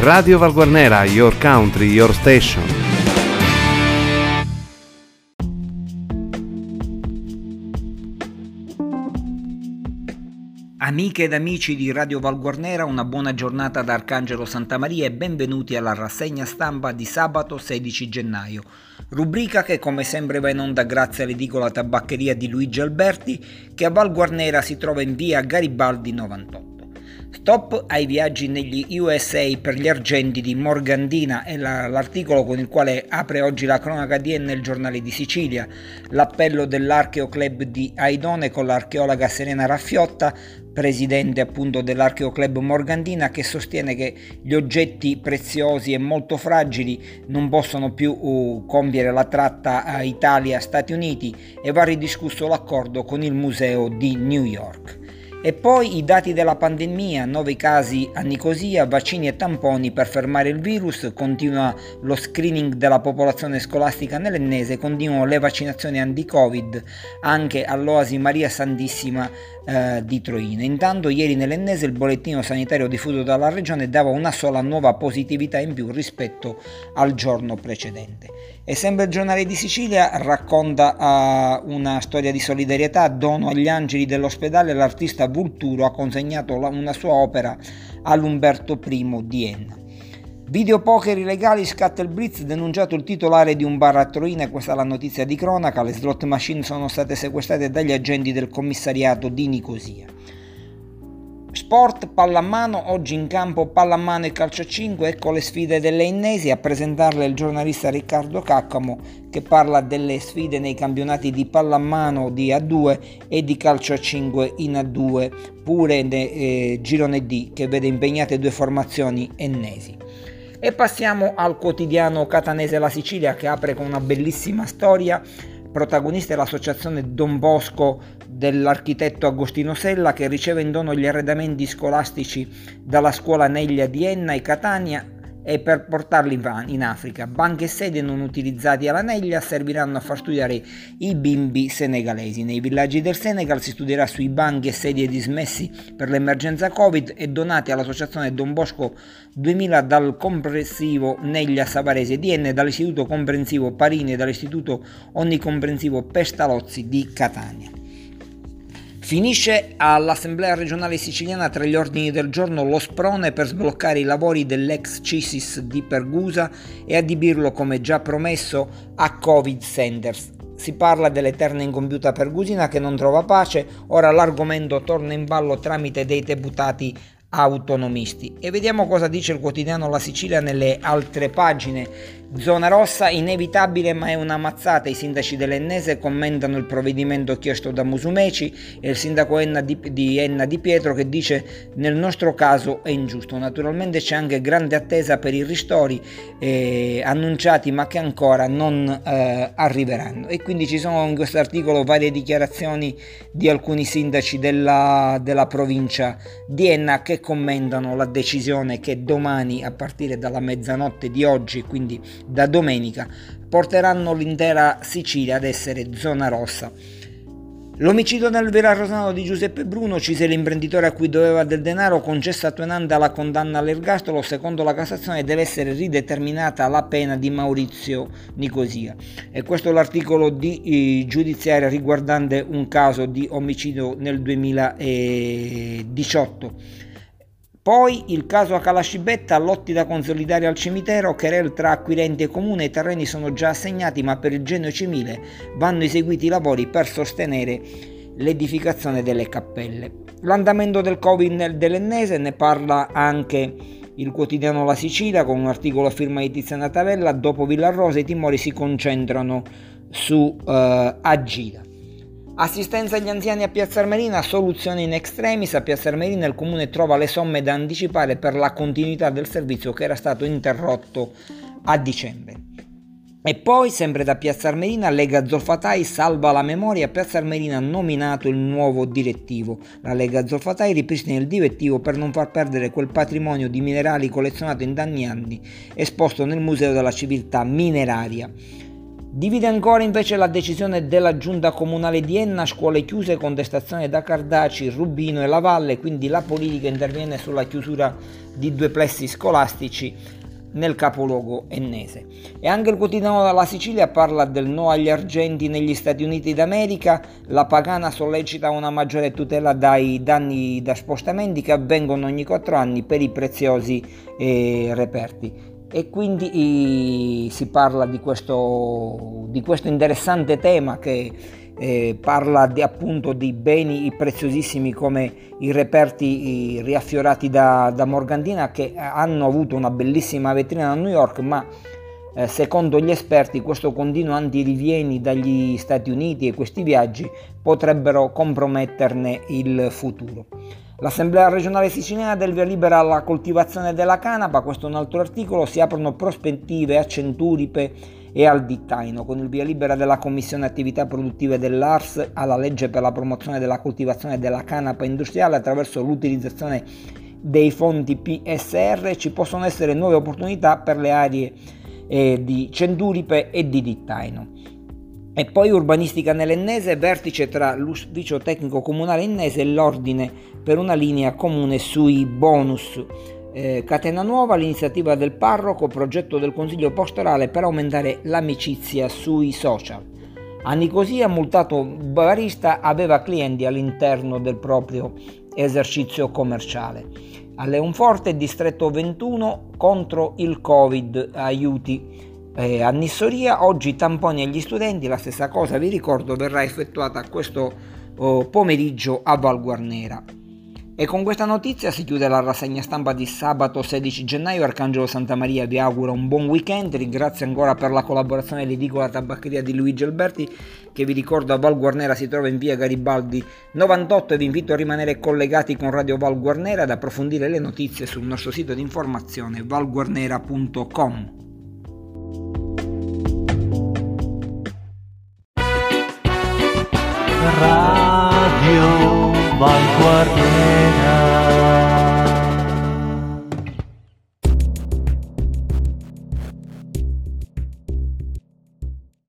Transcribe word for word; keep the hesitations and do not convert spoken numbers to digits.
Radio Valguarnera, your country, your station. Amiche ed amici di Radio Valguarnera, una buona giornata da Arcangelo Santamaria e benvenuti alla rassegna stampa di sabato sedici gennaio. Rubrica che come sempre va in onda grazie all'edicola tabaccheria di Luigi Alberti, che a Valguarnera si trova in via Garibaldi novantotto. Stop ai viaggi negli U S A per gli argenti di Morgandina è la, l'articolo con il quale apre oggi la cronaca D N il giornale di Sicilia. L'appello dell'Archeo Club di Aidone con l'archeologa Serena Raffiotta, presidente appunto dell'Archeo Club Morgandina, che sostiene che gli oggetti preziosi e molto fragili non possono più uh, compiere la tratta Italia-Stati Uniti e va ridiscusso l'accordo con il museo di New York. E poi i dati della pandemia, nove casi a Nicosia, vaccini e tamponi per fermare il virus, continua lo screening della popolazione scolastica nell'Ennese, continuano le vaccinazioni anti-Covid anche all'Oasi Maria Santissima eh, di Troina. Intanto ieri nell'Ennese il bollettino sanitario diffuso dalla regione dava una sola nuova positività in più rispetto al giorno precedente. E sempre il giornale di Sicilia racconta uh, una storia di solidarietà, dono agli angeli dell'ospedale. L'artista Vulturo ha consegnato la, una sua opera all'Umberto I di Enna. Videopoker illegali, scatta il blitz, denunciato il titolare di un bar a Troina, questa è la notizia di cronaca. Le slot machine sono state sequestrate dagli agenti del commissariato di Nicosia. Sport, pallamano, oggi in campo pallamano e calcio a cinque, ecco le sfide delle Ennesi, a presentarle il giornalista Riccardo Caccamo, che parla delle sfide nei campionati di pallamano di A due e di calcio a cinque in A due, pure nel eh, girone D, che vede impegnate due formazioni ennesi. E passiamo al quotidiano catanese La Sicilia, che apre con una bellissima storia. Protagonista è l'associazione Don Bosco dell'architetto Agostino Sella, che riceve in dono gli arredamenti scolastici dalla scuola Neglia di Enna e Catania e per portarli in Africa. Banche e sedie non utilizzati alla Neglia serviranno a far studiare i bimbi senegalesi. Nei villaggi del Senegal si studierà sui banchi e sedie dismessi per l'emergenza Covid e donati all'associazione Don Bosco duemila dal comprensivo Neglia Savarese di Enna e dall'istituto comprensivo Parini e dall'istituto onnicomprensivo Pestalozzi di Catania. Finisce all'Assemblea regionale siciliana tra gli ordini del giorno lo sprone per sbloccare i lavori dell'ex C I S I S di Pergusa e adibirlo, come già promesso, a Covid Centers. Si parla dell'eterna incompiuta pergusina che non trova pace, ora l'argomento torna in ballo tramite dei deputati autonomisti. E vediamo cosa dice il quotidiano La Sicilia nelle altre pagine. Zona rossa inevitabile ma è una mazzata, i sindaci dell'Ennese commentano il provvedimento chiesto da Musumeci e il sindaco Enna di, di Enna Di Pietro, che dice nel nostro caso è ingiusto. Naturalmente c'è anche grande attesa per i ristori eh, annunciati ma che ancora non eh, arriveranno, e quindi ci sono in questo articolo varie dichiarazioni di alcuni sindaci della, della provincia di Enna che commentano la decisione che domani, a partire dalla mezzanotte di oggi, quindi da domenica, porteranno l'intera Sicilia ad essere zona rossa. L'omicidio nel Verarosano di Giuseppe Bruno, uccise l'imprenditore a cui doveva del denaro, concessa attuenante alla condanna all'ergastolo. Secondo la Cassazione deve essere rideterminata la pena di Maurizio Nicosia. E questo è l'articolo di eh, giudiziaria riguardante un caso di omicidio nel duemiladiciotto. Poi il caso a Calascibetta, lotti da consolidare al cimitero, querel tra acquirenti e comune, i terreni sono già assegnati ma per il genio civile vanno eseguiti i lavori per sostenere l'edificazione delle cappelle. L'andamento del Covid dell'Ennese ne parla anche il quotidiano La Sicilia con un articolo a firma di Tiziana Tavella. Dopo Villarrosa i timori si concentrano su uh, Agida. Assistenza agli anziani a Piazza Armerina, soluzioni in extremis. A Piazza Armerina il comune trova le somme da anticipare per la continuità del servizio che era stato interrotto a dicembre. E poi, sempre da Piazza Armerina, Lega Zolfatai salva la memoria. Piazza Armerina ha nominato il nuovo direttivo. La Lega Zolfatai ripristina il direttivo per non far perdere quel patrimonio di minerali collezionato in danni anni esposto nel Museo della Civiltà Mineraria Divide ancora invece la decisione della giunta comunale di Enna, scuole chiuse, contestazione da Cardaci, Rubino e La Valle, quindi la politica interviene sulla chiusura di due plessi scolastici nel capoluogo ennese. E anche il quotidiano della Sicilia parla del no agli argenti negli Stati Uniti d'America, la Pagana sollecita una maggiore tutela dai danni da spostamenti che avvengono ogni quattro anni per i preziosi eh, reperti. E quindi si parla di questo, di questo interessante tema che eh, parla di, appunto di beni preziosissimi come i reperti riaffiorati da, da Morgantina, che hanno avuto una bellissima vetrina a New York, ma eh, secondo gli esperti questo continuo antirivieni dagli Stati Uniti e questi viaggi potrebbero comprometterne il futuro. L'Assemblea regionale siciliana del via libera alla coltivazione della canapa, questo è un altro articolo, si aprono prospettive a Centuripe e al Dittaino, con il via libera della Commissione Attività Produttive dell'A R S alla legge per la promozione della coltivazione della canapa industriale attraverso l'utilizzazione dei fondi P S R, ci possono essere nuove opportunità per le aree eh, di Centuripe e di Dittaino. E poi urbanistica nell'Ennese, vertice tra l'ufficio tecnico comunale ennese e l'ordine per una linea comune sui bonus. Eh, Catena Nuova, l'iniziativa del parroco, progetto del consiglio pastorale per aumentare l'amicizia sui social. A Nicosia, multato barista, aveva clienti all'interno del proprio esercizio commerciale. A Leonforte, distretto ventuno, contro il Covid, aiuti. Eh, a Nissoria, oggi tamponi agli studenti, la stessa cosa vi ricordo verrà effettuata questo oh, pomeriggio a Val Guarnera. E con questa notizia si chiude la rassegna stampa di sabato sedici gennaio. Arcangelo Santamaria vi augura un buon weekend, ringrazio ancora per la collaborazione l'edicola tabaccheria di Luigi Alberti, che vi ricordo a Val Guarnera si trova in via Garibaldi novantotto, e vi invito a rimanere collegati con Radio Val Guarnera ad approfondire le notizie sul nostro sito di informazione valguarnera punto com. Radio Val Guarnera.